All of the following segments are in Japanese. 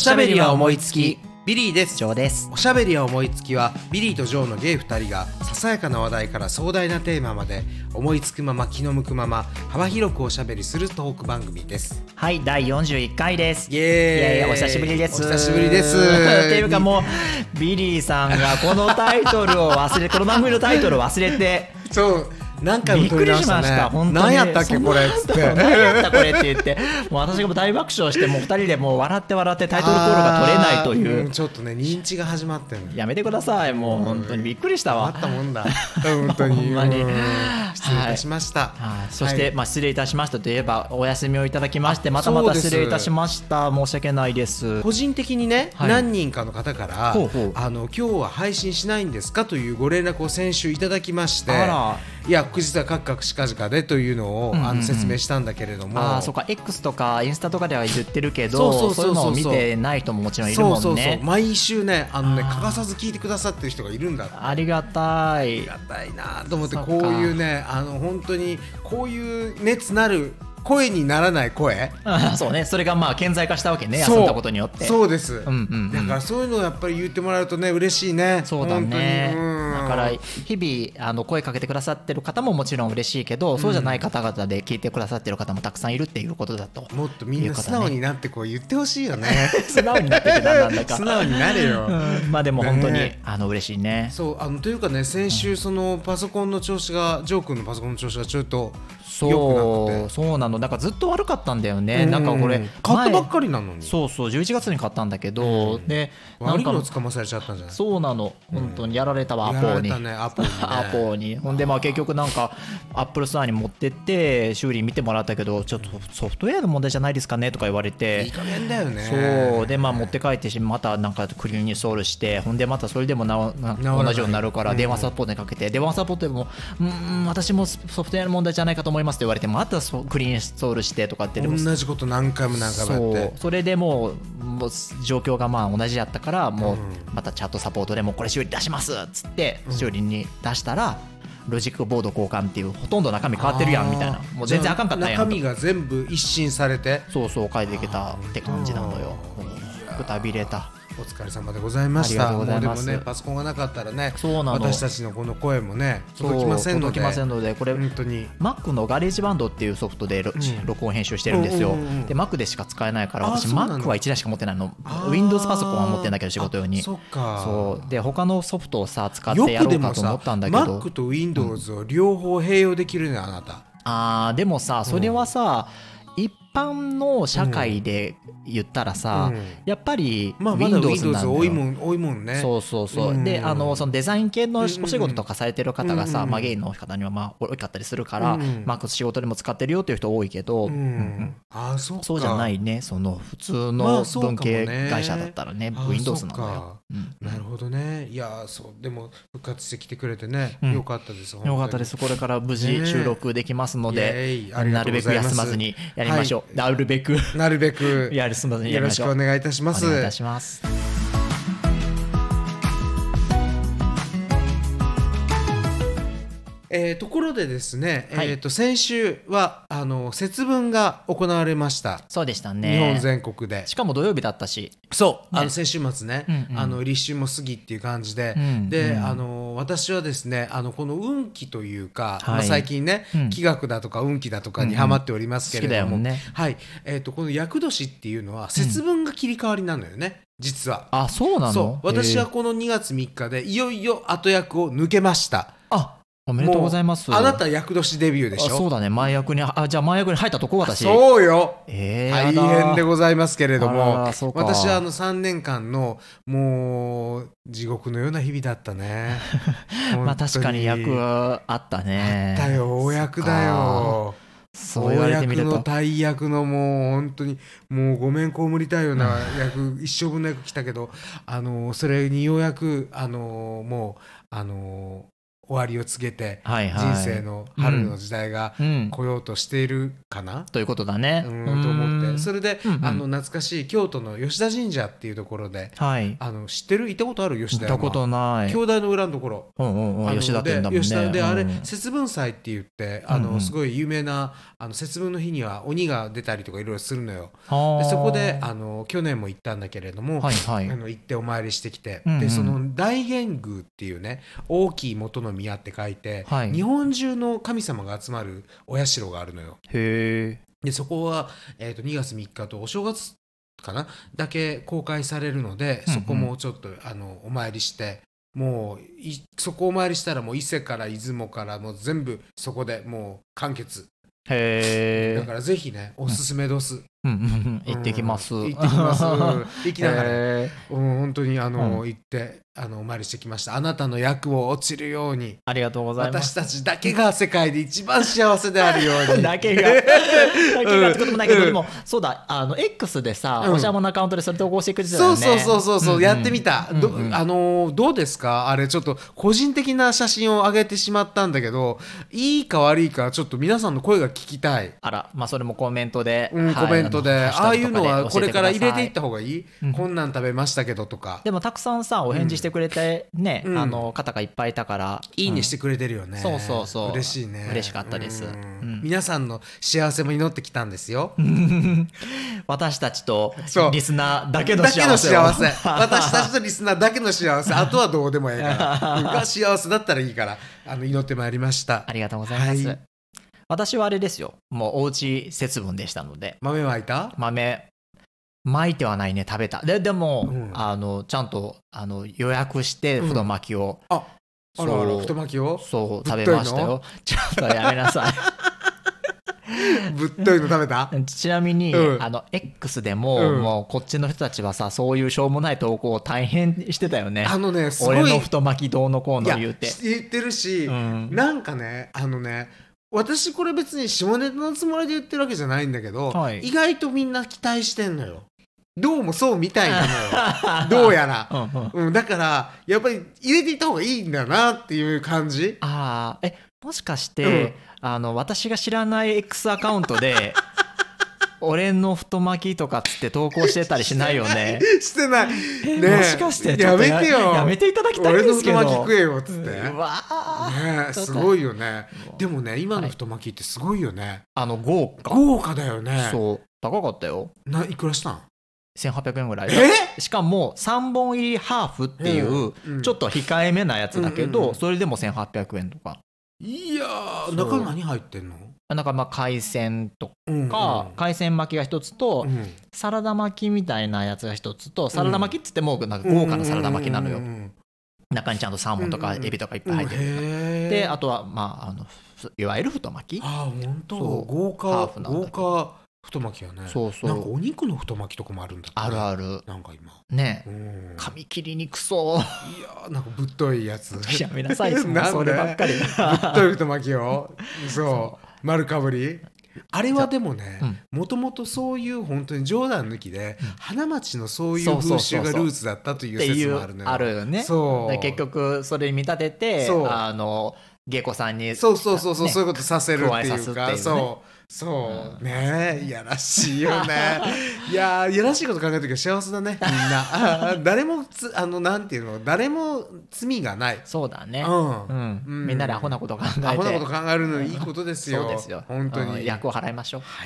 しゃべりは思いつき、 ビリーです。 ジョーです。 おしゃべりは思いつきはビリーとジョーのゲイ2人がささやかな話題から壮大なテーマまで思いつくまま気の向くまま幅広くおしゃべりするトーク番組です。 はい、第41回です。 イエーイ、 お久しぶりです。 お久しぶりですっていうかもうビリーさんがこのタイトルを忘れこの番組のタイトルを忘れてそう何回も撮り直したね。 びっくりしました本当に。 何やったっけこれっつって何やったこれって言ってもう私がもう大爆笑してもう2人でもう笑ってタイトルコールが取れないという、 ちょっとね認知が始まってる。 やめてください、もう本当にびっくりしたわ。 あったもんだ本当にほんまに失礼いたしました、 そして、 はい失礼いたしましたといえばお休みをいただきましてまた失礼いたしました。申し訳ないです。 個人的にね、何人かの方からほうほう今日は配信しないんですかというご連絡を先週いただきまして、 あら、 いや実はカクカクしかじかでというのを、説明したんだけれども、 そうか X とかインスタとかでは言ってるけど、そういうのを見てない人ももちろんいるもんね。 そう毎週ね欠かさず聞いてくださってる人がいるんだって。 ありがたい、 ありがたいなと思って、こういうね本当にこういう熱なる声にならない声そうね、それが顕在化したわけね、休んだことによって。 そうです、だからそういうのをやっぱり言ってもらうとね嬉しいね。 そうだね、だから日々声かけてくださってる方ももちろん嬉しいけど、そうじゃない方々で聞いてくださってる方もたくさんいるっていうことだと。 もっとみんな素直になってこう言ってほしいよね素直になっててなんだか素直になれよ、 でも本当に、嬉しいね。 そうというかね、先週そのパソコンの調子がジョー君のパソコンの調子がちょっとそうなの。だからずっと悪かったんだよね。なんかこれ買ったばっかりなのに。 そう11月に買ったんだけど、で悪いのつかまされちゃったんじゃない。 そうなの、本当にやられたわ、アポに。 アポにほんで結局なんかアップルストアに持ってって修理見てもらったけど、ちょっとソフトウェアの問題じゃないですかねとか言われて、 いい加減だよね。 そうで持って帰ってまたなんかクリーンインストールして、ほんでまたそれでも同じようになるから電話サポートにかけて、電話サポートでも私もソフトウェアの問題じゃないかと思いますって言われて、またクリーンインストールしてとかって、 同じこと何回もやってそれでもう状況が同じやったから、もうまたチャットサポートでもうこれ修理出しますっつって修理に出したら、ロジックボード交換っていう、ほとんど中身変わってるやんみたいな、もう全然あかんかったやん。 中身が全部一新されて、 そう変えていけたって感じなのよ。くたびれた。 お疲れ様でございました。もうでもね、パソコンがなかったらね、私たちのこの声もね届きませんので、 これ本当に Mac のガレージバンドっていうソフトで録音編集してるんですよ。で Mac でしか使えないから、私 Mac は1台しか持ってないの。 Windows パソコンは持ってんだけど、仕事用に。そうで他のソフトを使ってやろうかと思ったんだけど、 Mac と Windows を両方併用できるね、あなた。 でもそれは一般の社会で言ったらやっぱり Windows なんだよ。 多いもんね。 そうでそのデザイン系のお仕事とかされてる方がゲイの方には多かったりするから、仕事でも使ってるよっていう人多いけど、そうじゃないね、その普通の文系会社だったらね、Windows なんだよ。 なるほどね。いやでも復活してきてくれてね、よかったです。 よかったです。これから無事収録できますので、なるべく休まずにやりましょう。なるべく休まずにやりましょう。 よろしくお願いいたします。 お願いいたします。 ところでですね、先週は節分が行われました。 そうでしたね。 日本全国で。 しかも土曜日だったし。 先週末ね、立春も過ぎっていう感じで、で私はですねこの運気というか、最近ね、気学だとか運気だとかにハマっておりますけれども、この厄年っていうのは節分が切り替わりなのよね、実は。 そうなの。 私はこの2月3日でいよいよ後役を抜けました。 おめでとうございます。 あなた厄年デビューでしょ。 そうだね、前役にじゃあ前役に入ったとこ、私。 そうよ、大変でございますけれども、私は3年間のもう地獄のような日々だったね確かに役はあったね。 あったよ、大役だよ。 そう言われてみると、 大役の大役のもう本当にもうごめん被りたいような役一生分の役来たけど、それにようやくもう終わりを告げて、 はいはい、 人生の春の時代が来ようとしているかな、 ということだね。 と思って、それで、懐かしい京都の吉田神社っていうところで、 はい、 知ってる？行ったことある？吉田山。 行ったことない。 京大の裏のところ、 吉田店だもんね。 吉田で、あれ節分祭って言って、すごい有名な節分の日には鬼が出たりとかいろいろするのよ。でそこで去年も行ったんだけれども、行ってお参りしてきて、でその大元宮っていうね、大きい元の宮って書いて、日本中の神様が集まるお社があるのよ。 へでそこは、2月3日とお正月かなだけ公開されるので、そこもちょっとお参りして、もうそこをお参りしたらもう伊勢から出雲からもう全部そこでもう完結。 へだからぜひね、おすすめどす。 行ってきます。 行ってきます。行きながら、本当に行ってお参りしてきました。あなたの役を落ちるように。 ありがとうございます。 私たちだけが世界で一番幸せであるように。 だけがってこともないけど、でもそうだ、X でさ、おしゃものアカウントでそれ投稿してくれてたよね。 そう、やってみた。どうですか？あれちょっと個人的な写真を上げてしまったんだけど、いいか悪いかちょっと皆さんの声が聞きたい。 あら、それもコメントで、 コメントで、ああいうのはこれから入れていった方がいい？こんなん食べましたけどとか。 でもたくさんさ、お返事してくれてね、方がいっぱいいたから、 いいねしてくれてるよね。 そう嬉しいね。 嬉しかったです。 皆さんの幸せも祈ってきたんですよ。 私たちとリスナーだけの幸せ。 私たちとリスナーだけの幸せ。あとはどうでもいいからが幸せだったらいいから祈ってまいりました。 ありがとうございます。私はあれですよ、もうおうち節分でしたので。 豆まいた？ 豆巻いてはないね、食べた。でも、ちゃんと予約して太巻きを、 あら太巻きをそう食べましたよ。ちょっとやめなさい。 ぶっといの食べた？ ちなみに、X でも、もうこっちの人たちはさ、そういうしょうもない投稿を大変してたよね。 すごい俺の太巻きどうのこうの言うて言ってるし、なんかね、私これ別に下ネタのつもりで言ってるわけじゃないんだけど、意外とみんな期待してんのよ。どうもそうみたいなのよ。どうやら、だからやっぱり入れていった方がいいんだなっていう感じ。 もしかして、私が知らない X アカウントで俺の太巻きとかっつって投稿してたりしないよね。 してないね。もしかしてやめてよ。 やめていただきたいんですけど。 俺の太巻き食えよっつって。 うわね、すごいよね。でもね、今の太巻きってすごいよね。 豪華だよね。 そう、高かったよ。 いくらしたん ？1800円ぐらい。しかも3本入りハーフっていう、ちょっと控えめなやつだけど、それでも1800円とか。 いやー、中に何入ってんの？ なんか海鮮とか、海鮮巻きが一つと、サラダ巻きみたいなやつが一つと、サラダ巻きっつってもなんか豪華なサラダ巻きなのよ。中にちゃんとサーモンとかエビとかいっぱい入ってる。で、あとはいわゆる太巻き。 本当。豪華太巻きやね。なんかお肉の太巻きとかもあるんだって。 あるある。 なんか今ね、髪切りにくそう。 いやなんかぶっといやつ。 やめなさい。そればっかり。ぶっとい太巻きを。そう丸かぶり。あれはでもね、もともとそういう本当に冗談抜きで、花街のそういう風習がルーツだったという説もあるのよ。 あるよね。結局それに見立てて芸妓さんにそういうことさせるっていうか、そうねえ、やらしいよね。いやらしいこと考えるときは幸せだね、みんな。誰もなんていうの、誰も罪がない。 そうだね。みんなでアホなこと考えて、 アホなこと考えるのいいことですよ。 そうですよ。 本当に役を払いましょう。 はい。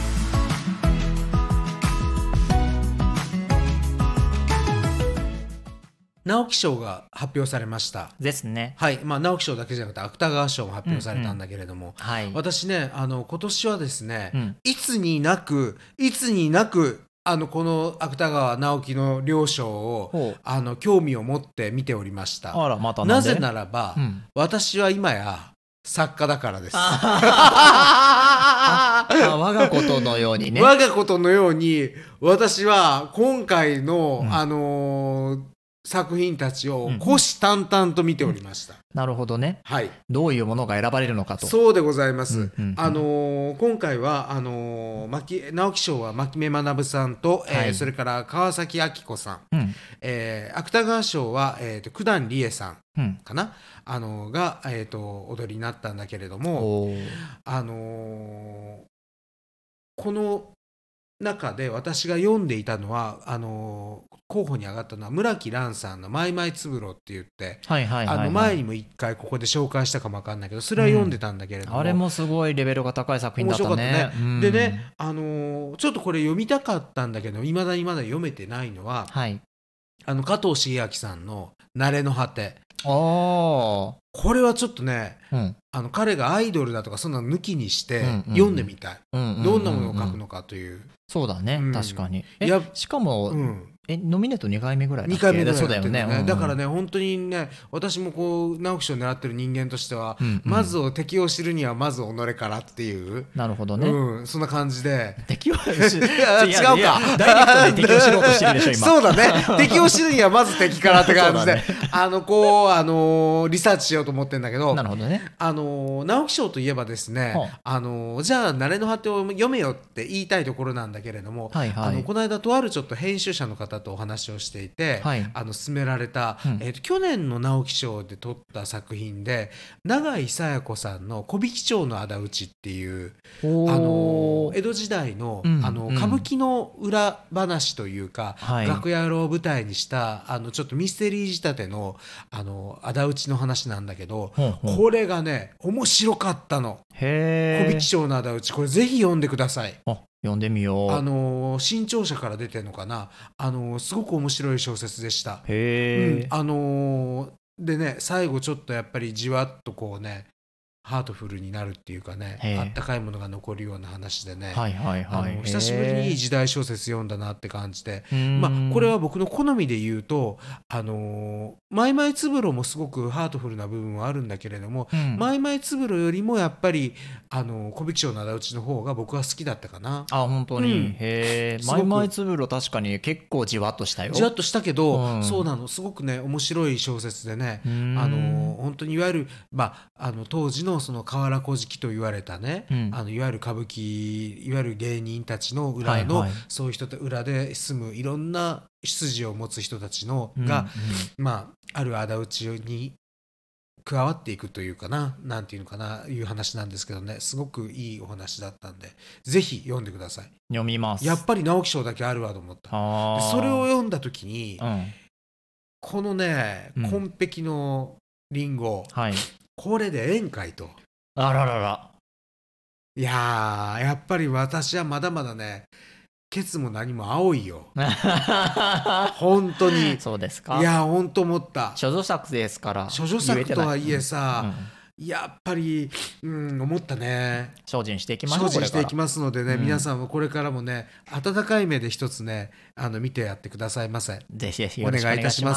直木賞が発表されましたですね。 はい、直木賞だけじゃなくて芥川賞も発表されたんだけれども、私ね今年はですね、いつになくこの芥川直樹の両賞を興味を持って見ておりました。なぜならば、私は今や作家だからです。 我がことのようにね。 我がことのように私は今回の、 作品たちを虎視眈々と見ておりました。 なるほどね。 はい。 どういうものが選ばれるのかと。 そうでございます。今回は直木賞は牧目学さんと、それから川崎明子さん、芥川賞は九段理恵さんかな、が踊りになったんだけれども、この中で私が読んでいたのは候補に上がったのは村木蘭さんの「マイマイつぶろ」って言って、前にも一回ここで紹介したかも分かんないけど、それは読んでたんだけれども、 あれもすごいレベルが高い作品だったね。 面白かったね。でね、ちょっとこれ読みたかったんだけどいまだにまだ読めてないのは、加藤シゲアキさんの「慣れの果て」。これはちょっとね、彼がアイドルだとかそんなの抜きにして読んでみたい。どんなものを書くのかという。 そうだね、確かに。しかも、ノミネート2回目ぐらいだっけ？ 2回目ぐらいそうだよね。 だからね、本当にね、私もこう直木賞を狙ってる人間としては、まず敵を知るにはまず己からっていう。 なるほどね。 そんな感じで。 敵を違うか。 ダイレクトに敵を知ろうとしてるでしょ今。 そうだね。敵を知るにはまず敵からって感じで、リサーチしようと思ってんだけど。 なるほどね。 直木賞といえばですね、じゃあ慣れの果てを読めよって言いたいところなんだけれども、この間とあるちょっと編集者の方とお話をしていて、勧められた、去年の直木賞で撮った作品で永井紗耶子さんの「木挽町の仇討ち」っていう江戸時代の、歌舞伎の裏話というか、楽屋を舞台にしたちょっとミステリー仕立ての仇討ちの話なんだけど、これがね面白かったの。木挽町の仇討ち、これぜひ読んでください。 読んでみよう。 新潮社から出てるのかな。すごく面白い小説でした。 でね、最後ちょっとやっぱりじわっとこうねハートフルになるっていうかね、あったかいものが残るような話でね、久しぶりにいい時代小説読んだなって感じで、これは僕の好みで言うとマイマイつぶろもすごくハートフルな部分はあるんだけれども、マイマイつぶろよりもやっぱり木挽町の仇討ちの方が僕は好きだったかな。 本当に。マイマイつぶろ確かに結構じわっとしたよ。 じわっとしたけど、そうなの、すごくね面白い小説でね、本当にいわゆる当時のその河原小敷と言われたね、いわゆる歌舞伎、いわゆる芸人たちの裏の、そういう人と裏で住むいろんな出自を持つ人たちのが、ある仇討ちに加わっていくというかな、なんていうのかな、いう話なんですけどね、すごくいいお話だったんでぜひ読んでください。 読みます。 やっぱり直木賞だけあるわと思った。でそれを読んだ時に、このね紺碧のリンゴ、これで宴会と。 あららら。 いややっぱり私はまだまだねケツも何も青いよ本当に。 そうですか。 いや本当思った。 処女作ですから。 処女作とはいえさ、やっぱり、思ったね。 精進していきましょう。 精進していきますのでね、皆さんもこれからもね温かい目で一つね見てやってくださいませ。 ぜひぜひお願いいたします。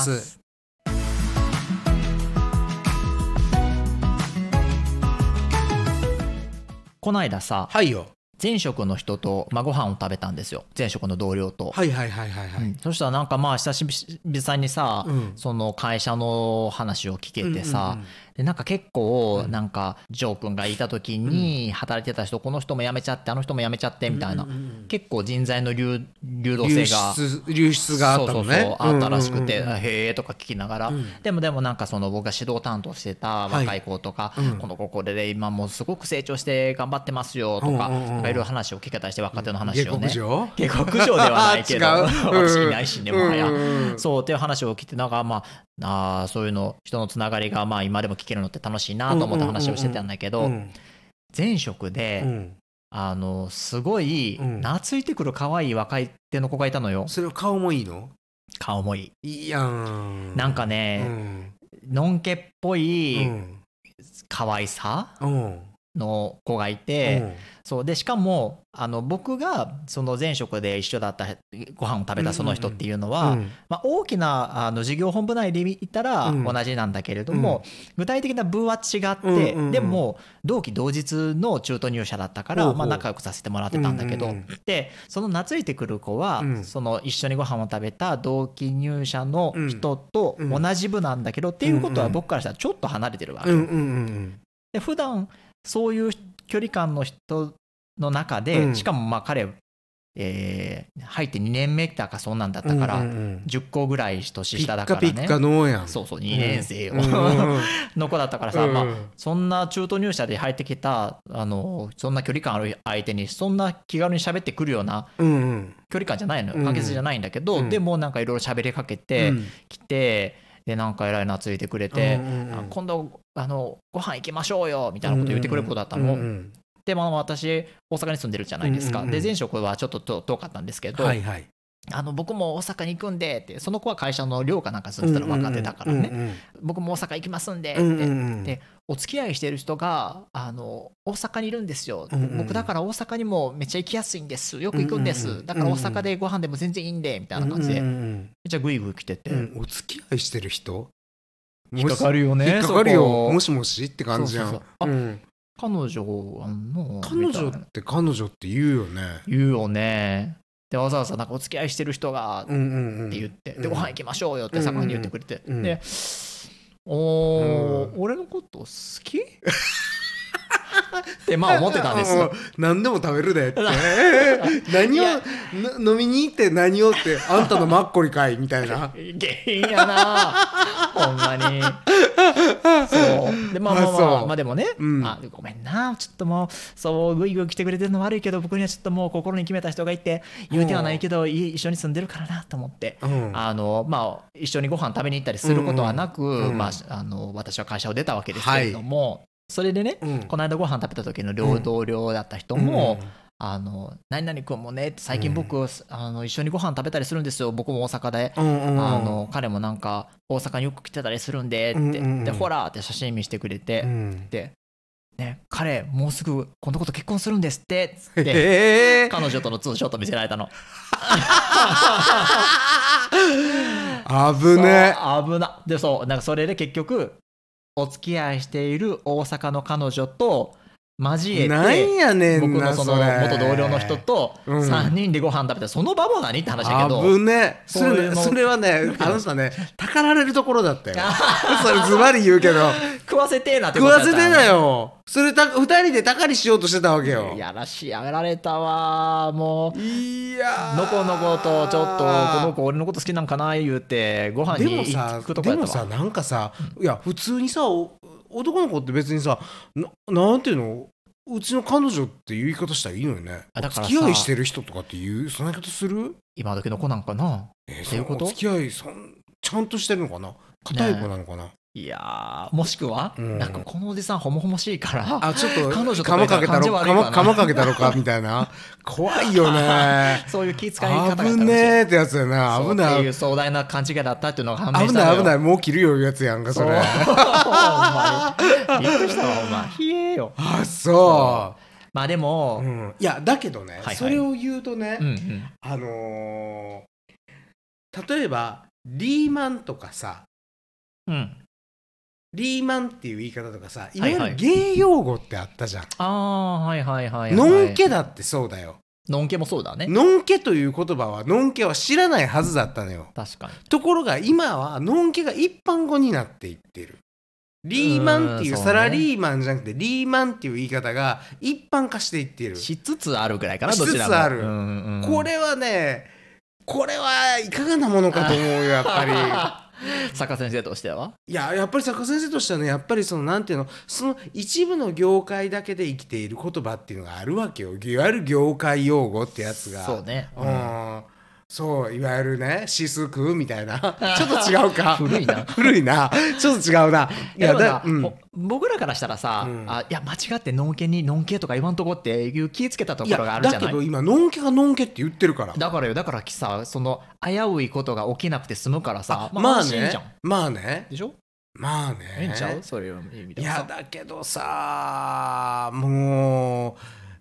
この間さ、前職の人とご飯を食べたんですよ。前職の同僚と。そしたらなんか久しぶりにさ、その会社の話を聞けてさ、でなんか結構なんかジョー君がいた時に働いてた人、この人も辞めちゃってあの人も辞めちゃってみたいな、結構人材の流動性が流出があったのね。 あったらしくて、へえとか聞きながら、でもなんかその僕が指導担当してた若い子とか、この子これで今もうすごく成長して頑張ってますよとか、いろいろ話を聞けたりして、若手の話をね。下克上ではないけど私いないしねもはや。そうっていう話を聞いて、なんかそういうの人のつながりが今でも聞けるのって楽しいなと思って話をしてたんだけど、前職ですごい懐いてくる可愛い若い手の子がいたのよ。 それは顔もいいの？ 顔もいい。 いいやん。 なんかね、のんけっぽい可愛さの子がいて、 そうでしかも僕がその前職で一緒だったご飯を食べたその人っていうのは、まあ、大きな事業本部内で言ったら同じなんだけれども、具体的な部は違って、でも同期同日の中途入社だったから、まあ、仲良くさせてもらってたんだけど、でその懐いてくる子は、その一緒にご飯を食べた同期入社の人と同じ部なんだけど、っていうことは僕からしたらちょっと離れてるわけ。で普段そういう距離感の人の中で、しかもまあ彼、入って2年目だかそんなんだったから、10個ぐらい年下だからね。 ピッカピッカのやん。 そうそう、2年生よ、の子だったからさ、まあ、そんな中途入社で入ってきたそんな距離感ある相手にそんな気軽に喋ってくるような距離感じゃないのよ、関係性じゃないんだけど、でもなんかいろいろ喋りかけてきて、でなんか偉い懐いてくれて、今度ご飯行きましょうよみたいなこと言ってくれる子だったの。でまあ、私大阪に住んでるじゃないですか。で前職はちょっと遠かったんですけど、僕も大阪に行くんでって、その子は会社の寮かなんか住んでたら若手だからね、僕も大阪行きますんでって、でお付き合いしてる人が大阪にいるんですよ、僕だから大阪にもめっちゃ行きやすいんです、よく行くんです、だから大阪でご飯でも全然いいんでみたいな感じで、めっちゃグイグイ来てて、 お付き合いしてる人引っかかるよね。 引っかかるよ、もしもしって感じやん。 彼女って彼女って言うよね。 言うよね。でわざわざなんかお付き合いしてる人がって言って、でご飯行きましょうよって盛んに言ってくれて、で俺のこと好きってまあ思ってたんですよ。 何でも食べるでって何を飲みに行って何をってあんたのマッコリかいみたいな下品やなほんまに。そうでまあでもね、ごめんな、ちょっともうそうグイグイ来てくれてるの悪いけど、僕にはちょっともう心に決めた人がいて、言うてはないけど一緒に住んでるからなと思って、まあ一緒にご飯食べに行ったりすることはなく、私は会社を出たわけですけれども、それでね、この間ご飯食べた時の同僚だった人も、何々君もね最近僕、一緒にご飯食べたりするんですよ、僕も大阪で、彼もなんか大阪によく来てたりするんでって、でほらって写真見せてくれて、でね、彼もうすぐこの子と結婚するんですってって、彼女とのツーショット見せられたの。 危ね危な。でそうなんかそれで結局お付き合いしている大阪の彼女と交えて、 なんやねんな、 僕のその元同僚の人と3人でご飯食べて、その場も何って話だけど、 危ね。それはね、あの人はね、たかられるところだったよ。それズバリ言うけど食わせてえなってことだった。 食わせてだよ。それ2人でたかりしようとしてたわけよ。 やられたわもう。いやのこのことちょっとこの子俺のこと好きなんかな言うてご飯に行くとこやったわ。 でもさなんかさ、いや普通にさ男の子って別にさなんていうの、うちの彼女っていう言い方したらいいのよね。付き合いしてる人とかっていうそんな言い方する？ 今時の子なんかな。そういうこと？ 付き合いちゃんとしてるのかな、固い子なのかな。 いやもしくは、なんかこのおじさんホモホモしいからちょっと彼女とかけたろかみたいな怖いよねそういう気遣い方が危ねえってやつやな。危ないっていう壮大な勘違いだったっていうのが判明したのよ。 危ないもう切るよいうやつやんかそれ。 ほんまにびっくりしたわお前。ひえよ。 そうまあでも、 いやだけどね、それを言うとね、例えばリーマンとかさ、リーマンっていう言い方とかさ、いわゆる芸用語ってあったじゃん。のんけだってそうだよ。 のんけもそうだね。 のんけという言葉はのんけは知らないはずだったのよ。 確かに。 ところが今はのんけが一般語になっていってる。リーマンっていうサラリーマンじゃなくてリーマンっていう言い方が一般化していっている。 しつつあるぐらいかな。 しつつある。これはね、これはいかがなものかと思うよやっぱり。 坂先生としては？ いややっぱり坂先生としてはね、やっぱりそのなんていうの、その一部の業界だけで生きている言葉っていうのがあるわけよ。いわゆる業界用語ってやつが。 そうね。 そういわゆるねシスクみたいなちょっと違うか。 古いなちょっと違うな。 いや僕らからしたらさ、いや間違ってのんけにのんけとか言わんとこっていう気ぃつけたところがあるじゃない。 だけど今のんけがのんけって言ってるから。 だからさ、その危ういことが起きなくて済むからさ、 まあねでしょ。 まあねええんちゃう？そういう意味ではさ。 いやだけどさ、もう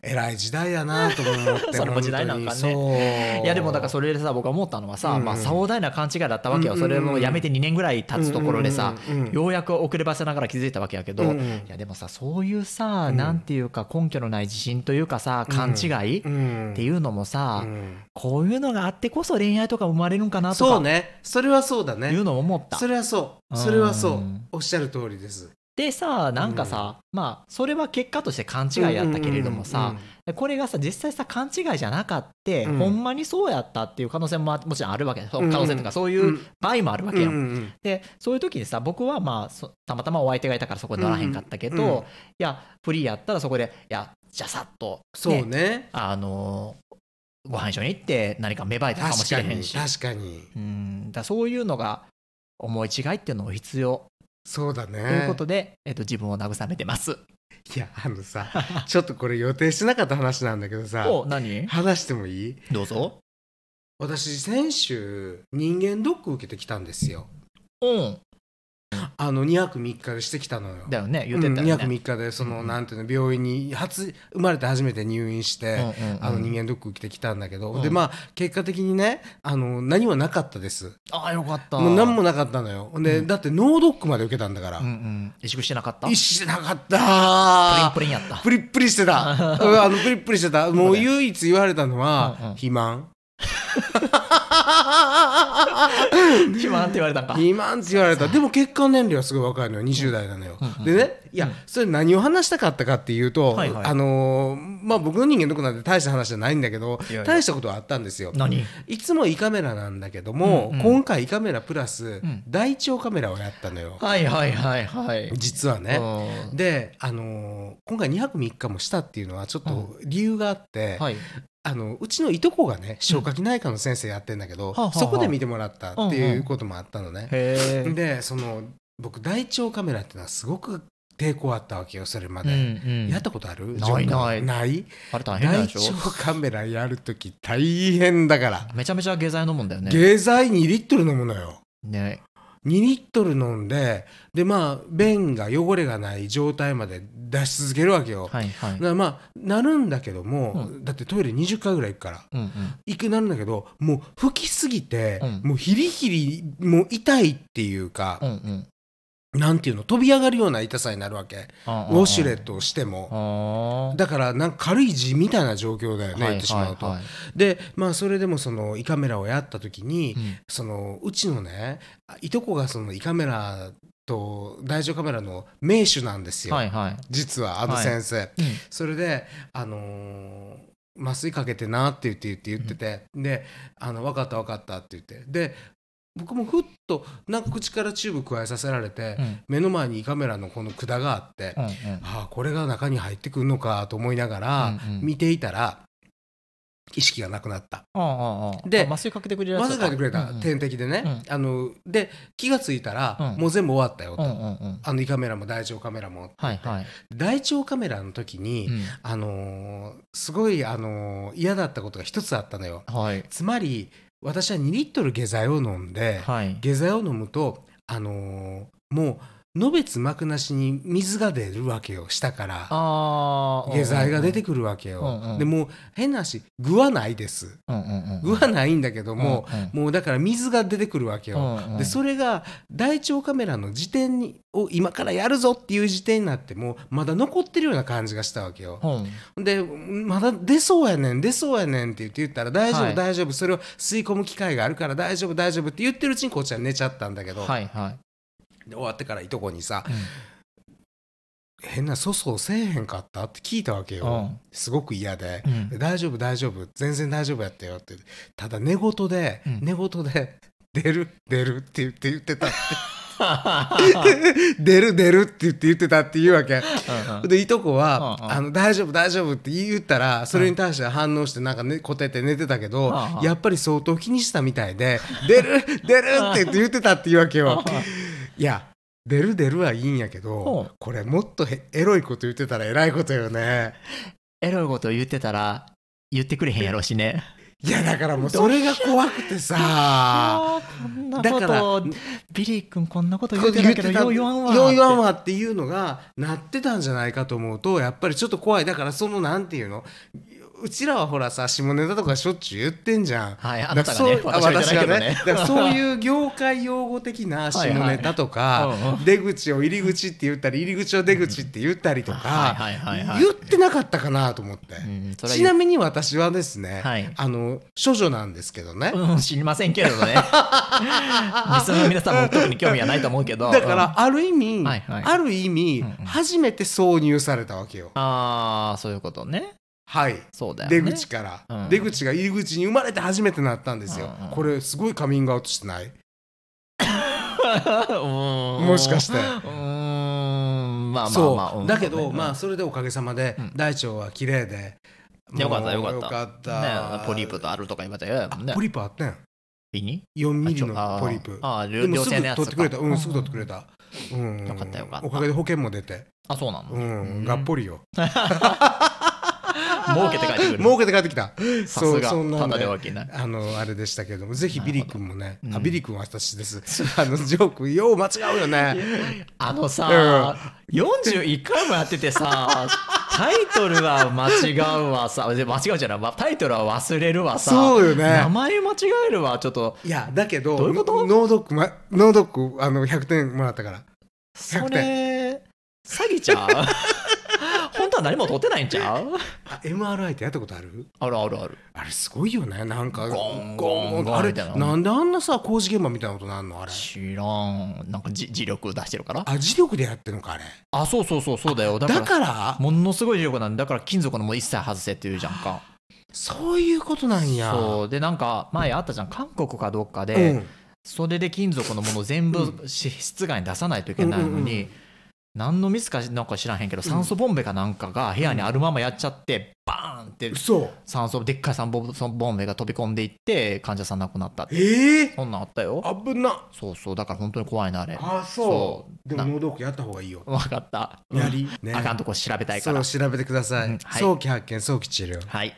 偉い時代やなと思ってそれも時代なんかね。いやでもだからそれでさ僕は思ったのはさ、まあ壮大な勘違いだったわけよ。それもやめて2年ぐらい経つところでさ、ようやく遅ればせながら気づいたわけやけど、いやでもさそういうさ、なんていうか根拠のない自信というかさ勘違いっていうのもさ、こういうのがあってこそ恋愛とか生まれるんかなとか。 そうね、それはそうだね。 いうのも思った。 それはそう、それはそう、おっしゃる通りです。 でさなんかさ、まあそれは結果として勘違いやったけれどもさ、これがさ実際さ勘違いじゃなかって、ほんまにそうやったっていう可能性ももちろんあるわけで、可能性とかそういう場合もあるわけやん。でそういう時にさ僕はまあたまたまお相手がいたからそこで乗らへんかったけど、いやフリーやったらそこでいやじゃあさっと、ね、 そうね、 ご飯一緒に行って何か芽生えたかもしれへんし、 確かにだそういうのが思い違いっていうのも必要。 そうだね。 ということで、自分を慰めてます。 いやさちょっとこれ予定してなかった話なんだけどさ何話してもいい？ どうぞ。 私先週人間ドック受けてきたんですよ。2泊3日でしてきたのよ。 だよね、言ってたよね。 2泊3日でなんていうの病院に生まれて初めて入院して、人間ドック受けてきたんだけど、でまあ結果的にね何もなかったです。 あ、よかった。 もう何もなかったのよ。で、だってノードックまで受けたんだから。 萎縮してなかった？ 萎縮してなかった。 プリンプリンやった。 プリップリしてた。プリップリしてた。もう唯一言われたのは肥満。 肥満って言われたんか。 肥満って言われた。でも血管年齢はすごい若いのよ。20代なのよ。でね、いやそれ何を話したかったかっていうと、まあ僕の人間ドックなんて大した話じゃないんだけど、大したことはあったんですよ。 何？ いつも胃カメラなんだけども、今回胃カメラプラス大腸カメラをやったのよ。 はいはいはいはい。 実はね。で今回2泊3日もしたっていうのはちょっと理由があって、うちのいとこがね消化器内科の先生やってんだけど、そこで見てもらったっていうこともあったのね。で僕大腸カメラっていうのはすごく抵抗あったわけよ。それまで、やったことある？ ないあれ大変でしょ。大腸カメラやるとき大変だから。 めちゃめちゃ下剤飲むんだよね。 下剤2リットル飲むのよね。 2リットル飲んで、でまあ便が汚れがない状態まで出し続けるわけよ。だからまあなるんだけども、だってトイレ20回ぐらい行くから、行くなるんだけど、もう吹きすぎて、もうヒリヒリもう痛いっていうか、なんていうの、飛び上がるような痛さになるわけ。ウォシュレットをしても。だからなんか軽い痔みたいな状況だよね、言ってしまうと。でまあそれでも胃カメラをやった時に、うちのねいとこが胃カメラと大腸カメラの名手なんですよ、実は先生。それで麻酔かけてなって言ってて、で分かった分かったって言って、で僕もふっとなんか口からチューブ加えさせられて、目の前に胃カメラのこの管があって、これが中に入ってくるのかと思いながら見ていたら、意識がなくなった。で麻酔かけてくれた点滴でね、で気がついたら、もう全部終わったよと、胃カメラも大腸カメラも、大腸カメラの時に、すごい嫌だったことが一つあったのよ。つまり私は2リットル下剤を飲んで、下剤を飲むともうのべつ幕なしに水が出るわけよ、下から下剤が出てくるわけよ。でもう変な話、具はないです、具はないんだけども、もうだから水が出てくるわけよ。でそれが大腸カメラの時点を今からやるぞっていう時点になってもまだ残ってるような感じがしたわけよ。でまだ出そうやねんって言ったら、大丈夫大丈夫、それを吸い込む機会があるから大丈夫大丈夫って言ってるうちにこっちは寝ちゃったんだけど、で終わってからいとこにさ、変な粗相せえへんかったって聞いたわけよ。すごく嫌で、大丈夫大丈夫全然大丈夫やったよって。ただ寝言で出るって言ってたって出るって言ってたって言うわけ。でいとこは大丈夫って言ったら、それに対して反応してなんかこてて寝てたけど、やっぱり相当気にしたみたいで、出るって言ってたって言うわけよ。いや出るはいいんやけど、これもっとエロいこと言ってたらえらいことよね。 エロいこと言ってたら言ってくれへんやろしね。 いやだからもうそれが怖くてさ、 こんなことビリー君こんなこと言ってたけどよう言わんわよう言わんわっていうのがなってたんじゃないかと思うと、やっぱりちょっと怖い。だからそのなんていうの、うちらはほらさ下ネタとかしょっちゅう言ってんじゃん。 はい、あなたがね、 私がね。だからそういう業界用語的な下ネタとか出口を入り口って言ったり入り口を出口って言ったりとか言ってなかったかなと思って、ちなみに私はですね、処女なんですけどね、 知りませんけれどねリスナーの皆さんも特に興味はないと思うけど、 だからある意味初めて挿入されたわけよ。 ああ、そういうことね。 はい、 そうだよね、 出口から、出口が入り口に生まれて初めてなったんですよ、これすごいカミングアウトしてない？もしかしてまあまあまあ、だけど、まあそれでおかげさまで大腸は綺麗で、 よかったよかったね。ポリープとあるとか言われて、 ポリープあったん胃に 4ミリのポリープ、でもすぐ取ってくれた、すぐ取ってくれた、 よかったよかった。 おかげで保険も出て、 あ、そうなの、 がっぽりよ儲けて帰ってくる。 儲けて帰ってきた。 さすがただではけない。 あれでしたけども、ぜひビリ君もね、ビリ君は私です。ジョークよう間違うよね。 さ、41回もやっててさ、タイトルは間違うわさ、間違うじゃない、タイトルは忘れるわさ、 そうよね、 名前間違えるわ、ちょっと。 いやだけどどういうこと？ ノードック100点もらったから。 それ詐欺ちゃう本当は何も取ってないんちゃう ？MRI ってやったことある？ ある。 あれすごいよね。なんかゴンゴンあれなんであんなさ工事現場みたいなことなんの？あれ知らん。なんか磁力出してるから。 磁力でやってんのかあれ。 そうだよ。だからものすごい磁力なんだから、金属のもう一切外せっていうじゃんか。 そういうことなんや。 そうで、なんか前あったじゃん、韓国かどっかで、それで金属のものを全部室外に出さないといけないのに、何のミスかなんか知らへんけど、酸素ボンベかなんかが部屋にあるままやっちゃって、バーンってでっかい酸素ボンベが飛び込んでいって患者さん亡くなったって。そんなんあったよ。 危な。 そうだから本当に怖いなあれ。 そうでも脳ドックやった方がいいよ。 分かった。あかんとこ調べたいから。 そう調べてください。早期発見早期治療。はい。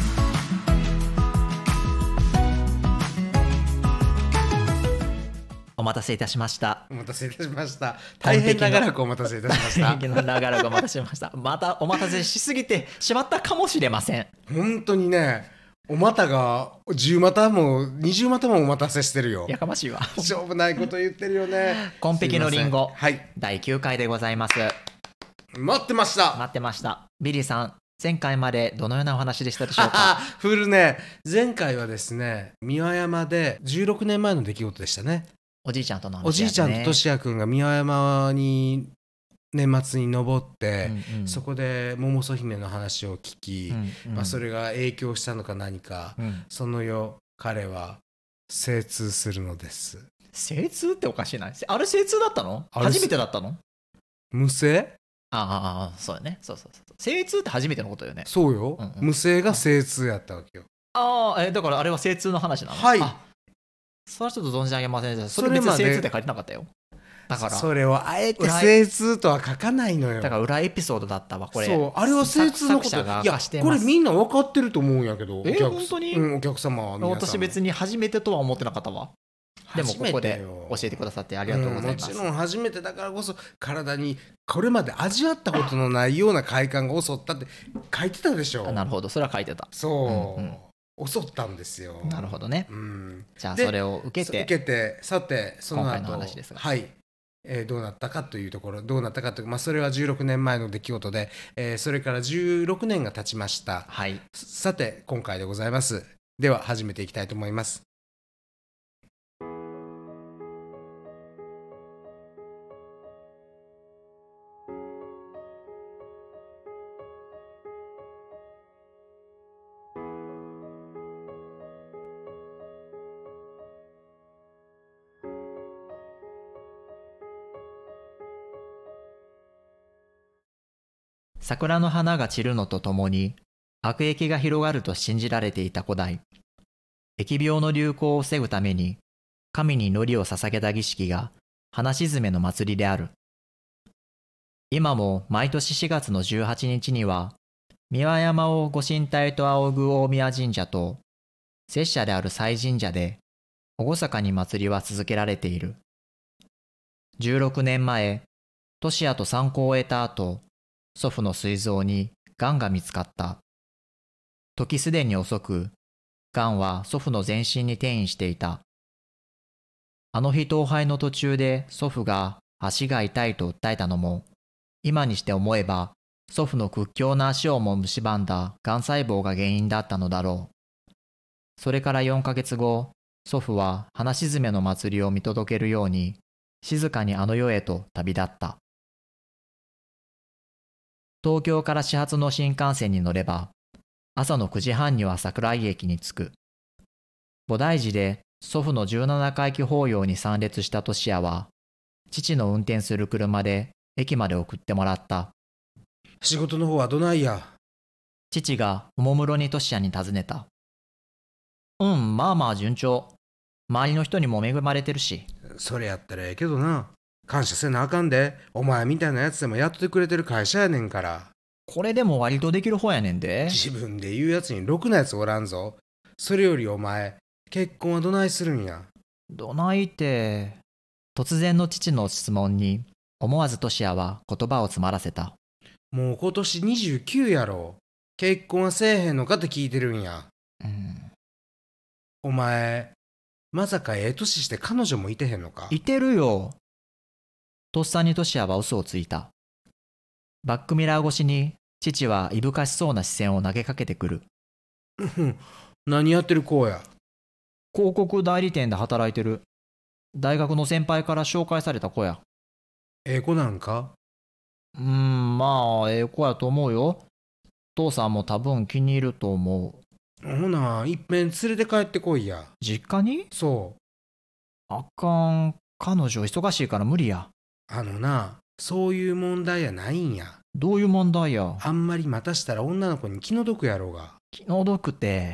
お待たせいたしました。 大変長らくお待たせいたしました。 長らくお待たせしました。またお待たせしすぎてしまったかもしれません。 本当にね、お股が10股も20股もお待たせしてるよ。 やかましいわ。 しょうもないこと言ってるよね。 紺碧のリンゴ、第9回でございます。 待ってました。 ビリーさん、前回までどのようなお話でしたでしょうか？ フルね、前回はですね、三輪山で16年前の出来事でしたね。 おじいちゃんとの話、 おじいちゃんととしやくんが三輪山に年末に登って、そこで百曽姫の話を聞き、それが影響したのか何か、その夜彼は精通するのです。 精通っておかしいな。あれ精通だったの？初めてだったの？ 無声？ そうやね。そう精通って初めてのことよね。 そうよ、無声が精通やったわけよ。 だからあれは精通の話なの？ はい。 それはちょっと存じ上げませんでした。それ別に精通って書いてなかったよ。だからそれをあえて精通とは書かないのよ。 だから裏エピソードだったわこれ。 そう、あれは精通のこと。いやこれみんな分かってると思うんやけど。 本当に？ お客様は皆さん。 私別に初めてとは思ってなかったわ。でもここで教えてくださってありがとうございます。 もちろん初めてだからこそ体にこれまで味わったことのないような快感が襲ったって書いてたでしょ。 なるほど、それは書いてた。 そう、襲ったんですよ。 なるほどね。じゃあそれを受けてさてその後今回の話ですが、 どうなったかというところ、それは16年前の出来事で、それから16年が経ちました。さて今回でございます。では始めていきたいと思います。 桜の花が散るのとともに悪疫が広がると信じられていた古代、疫病の流行を防ぐために神に祈りを捧げた儀式が花鎮めの祭りである。今も毎年4月の18日には三輪山をご神体と仰ぐ大宮神社と摂社である祭神社で厳かに祭りは続けられている。16年前、トシヤと参考を得た後、祖父の膵臓に癌が見つかった。時すでに遅く、癌は祖父の全身に転移していた。あの日闘杯の途中で祖父が足が痛いと訴えたのも、今にして思えば祖父の屈強な足をも蝕んだ癌細胞が原因だったのだろう。それから4ヶ月後、祖父は花沈めの祭りを見届けるように、静かにあの世へと旅立った。東京から始発の新幹線に乗れば、朝の9時半には桜井駅に着く。菩提寺で祖父の17回忌法要に参列した俊也は、父の運転する車で駅まで送ってもらった。 仕事の方はどないや。 父がおもむろに俊也に尋ねた。まあまあ順調。周りの人にも恵まれてるし。 それやったらええけどな。感謝せなあかんで。お前みたいなやつでも雇ってくれてる会社やねんから。 これでも割とできる方やねんで。 自分で言うやつにろくなやつおらんぞ。それよりお前、結婚はどないするんや。 どないって。突然の父の質問に思わず俊也は言葉を詰まらせた。 もう今年29やろ。結婚はせえへんのかって聞いてるんや。お前、まさかええ年して彼女もいてへんのか。 いてるよ。とっさに俊也は嘘をついた。バックミラー越しに父はいぶかしそうな視線を投げかけてくる。 何やってる子や。 広告代理店で働いてる。大学の先輩から紹介された子や。 ええ子なんか。 まあええ子やと思うよ。父さんも多分気に入ると思う。 ほな、いっぺん連れて帰ってこいや。 実家に？ そう。 あかん。彼女忙しいから無理や。 そういう問題やないんや。 どういう問題や？ あんまり待たしたら女の子に気の毒やろうが。 気の毒って。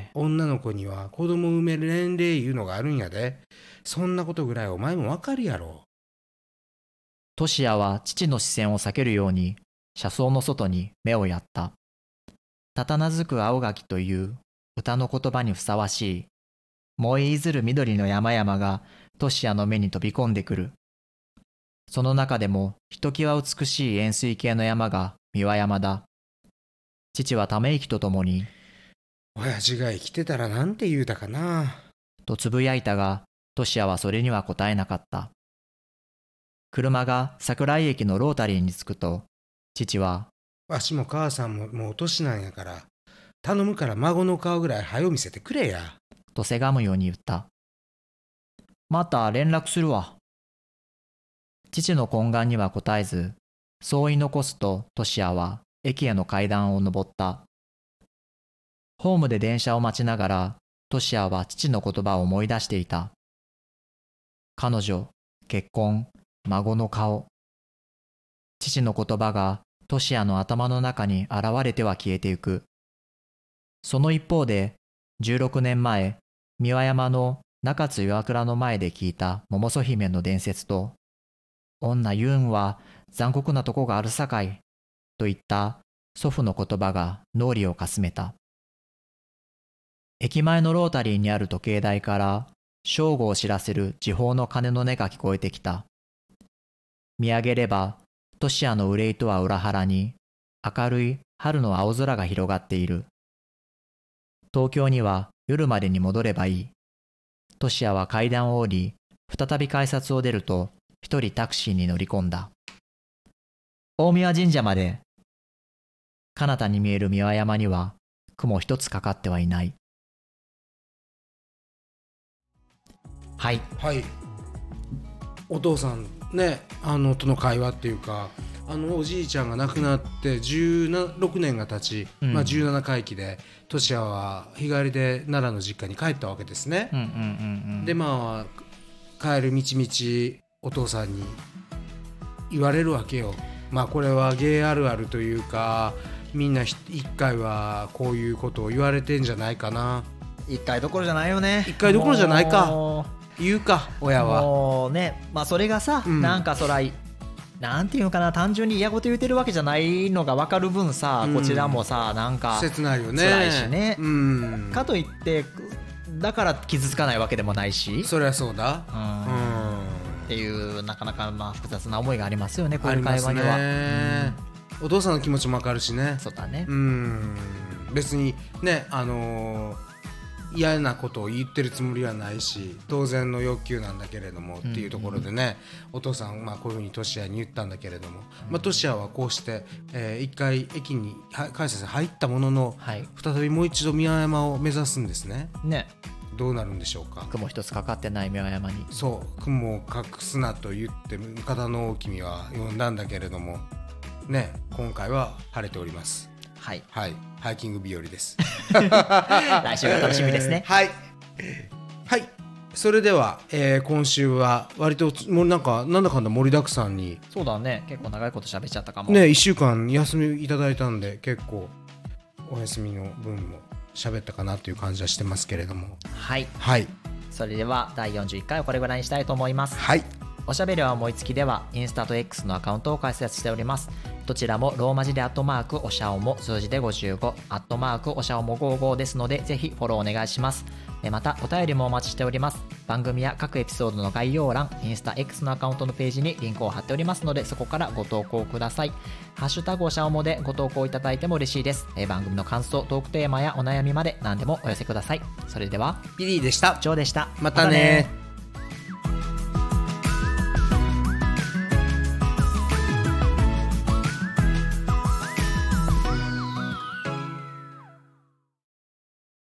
女の子には子供産める年齢いうのがあるんやで。そんなことぐらいお前もわかるやろ。 俊也は父の視線を避けるように車窓の外に目をやった。たたなずく青柿という歌の言葉にふさわしい燃えいずる緑の山々が俊也の目に飛び込んでくる。その中でもひときわ美しい円錐形の山が三輪山だ。父はため息とともに、 親父が生きてたらなんて言うたかな、 とつぶやいたが、俊也はそれには答えなかった。車が桜井駅のロータリーに着くと、父は、 わしも母さんももう年なんやから、頼むから孫の顔ぐらい早う見せてくれや。 とせがむように言った。また連絡するわ。父の懇願には答えず、そう言い残すと俊也は駅への階段を上った。ホームで電車を待ちながら、俊也は父の言葉を思い出していた。彼女、結婚、孫の顔。父の言葉が俊也の頭の中に現れては消えてゆく。その一方で、16年前、三輪山の中津岩倉の前で聞いた桃曽姫の伝説と、女言うんは残酷なとこがあるさかい、といった祖父の言葉が脳裏をかすめた。駅前のロータリーにある時計台から正午を知らせる時報の鐘の音が聞こえてきた。見上げれば、俊也の憂いとは裏腹に明るい春の青空が広がっている。東京には夜までに戻ればいい。俊也は階段を降り、再び改札を出ると、一人タクシーに乗り込んだ。大宮神社まで。彼方に見える三輪山には雲一つかかってはいない。はい。 はい。お父さんね、との会話っていうか、おじいちゃんが亡くなって16年が経ち、17回忌で俊也は日帰りで奈良の実家に帰ったわけですね。で帰る道々お父さんに言われるわけよ。これはゲイあるあるというか、みんな一回はこういうことを言われてんじゃないかな。 一回どころじゃないよね。 一回どころじゃないか。言うか、親は。 もうね、それがさ、なんかそらなんていうのかな、単純に嫌ごと言うてるわけじゃないのが分かる分さ、こちらもさ、なんか切ないよね。 辛いしね。かといってだから傷つかないわけでもないし、 そりゃそうだ、 っていうなかなかまあ複雑な思いがありますよね、こういう会話には。 お父さんの気持ちも分かるしね。 そうだね。 別にね、嫌なことを言ってるつもりはないし、当然の欲求なんだけれどもっていうところでね、お父さんこういうふうにトシヤに言ったんだけれども、トシヤはこうして、一回駅に改札に入ったものの、再びもう一度宮山を目指すんですね。どうなるんでしょうか。 雲一つかかってない宮山に。 そう、雲を隠すなと言って片野大君は呼んだんだけれどもね、今回は晴れております。はい、ハイキング日和です来週が楽しみですね。 はい、それでは、今週は割ともうなんだかんだ盛りだくさんに。 そうだね、結構長いこと喋っちゃったかもね。1週間休みいただいたんで、結構お休みの分も喋ったかなという感じはしてますけれども。それでは第41回はこれぐらいにしたいと思います。おしゃべりは思いつきではインスタと X のアカウントを開設しております。どちらもローマ字で@おしゃおも、数字で55おしゃおも55ですので、ぜひフォローお願いします。またお便りもお待ちしております。番組や各エピソードの概要欄、インスタ X のアカウントのページにリンクを貼っておりますので、そこからご投稿ください。ハッシュタグおしゃおもでご投稿いただいても嬉しいです。番組の感想、トークテーマやお悩みまで何でもお寄せください。それではビリーでした。 ジョーでした。 またね。